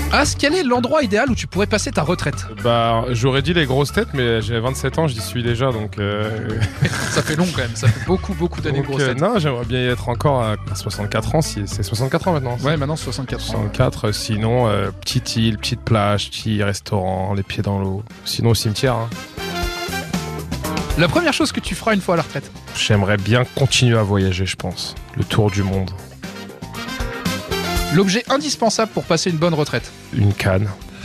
Quel est l'endroit idéal où tu pourrais passer ta retraite? Bah, j'aurais dit les grosses têtes, mais j'ai 27 ans, j'y suis déjà, donc... Ça fait long quand même, ça fait beaucoup d'années de grosses têtes. Non, j'aimerais bien y être encore à 64 ans, si c'est 64 ans maintenant. Ouais, maintenant 64 ans. 64, sinon, petite île, petite plage, petit restaurant, les pieds dans l'eau. Sinon, au cimetière. Hein. La première chose que tu feras une fois à la retraite? J'aimerais bien continuer à voyager, je pense. Le tour du monde. L'objet indispensable pour passer une bonne retraite? Une canne.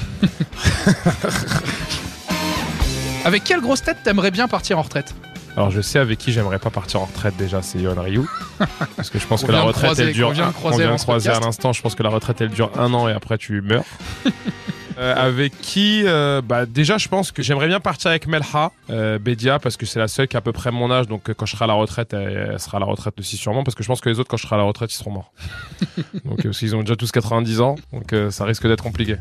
Avec quelle grosse tête t'aimerais bien partir en retraite? Alors je sais avec qui j'aimerais pas partir en retraite déjà, c'est Yohan Ryu. Parce que je pense que la retraite elle dure... On vient de croiser à l'instant, je pense que la retraite elle dure 1 an et après tu meurs. Avec qui déjà je pense que j'aimerais bien partir avec Melha Bedia, parce que c'est la seule qui a à peu près mon âge, donc quand je serai à la retraite elle sera à la retraite aussi sûrement, parce que je pense que les autres quand je serai à la retraite ils seront morts. Donc parce qu'ils ont déjà tous 90 ans, donc ça risque d'être compliqué.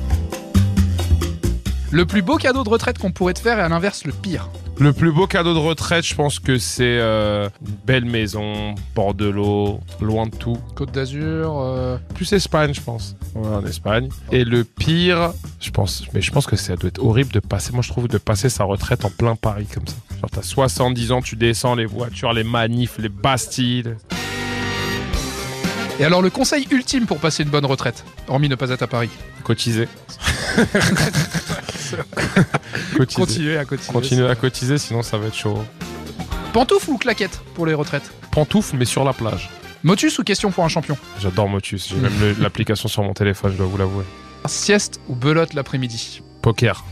Le plus beau cadeau de retraite qu'on pourrait te faire et à l'inverse le pire? Le plus beau cadeau de retraite, je pense que c'est une belle maison, bord de l'eau, loin de tout. Côte d'Azur Plus Espagne, je pense. Ouais, en Espagne. Et le pire, je pense que ça doit être horrible de passer, moi je trouve, de passer sa retraite en plein Paris comme ça. Genre t'as 70 ans, tu descends les voitures, les manifs, les Bastilles. Et alors le conseil ultime pour passer une bonne retraite, hormis ne pas être à Paris? Cotiser. Continuer à cotiser. Continuer à cotiser, sinon ça va être chaud. Pantoufle ou claquette pour les retraites? Pantoufle, mais sur la plage. Motus ou question pour un champion? J'adore Motus, j'ai même l'application sur mon téléphone, je dois vous l'avouer. Sieste ou belote l'après-midi? Poker.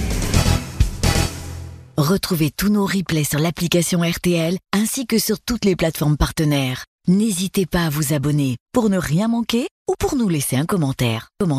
Retrouvez tous nos replays sur l'application RTL ainsi que sur toutes les plateformes partenaires. N'hésitez pas à vous abonner pour ne rien manquer ou pour nous laisser un commentaire.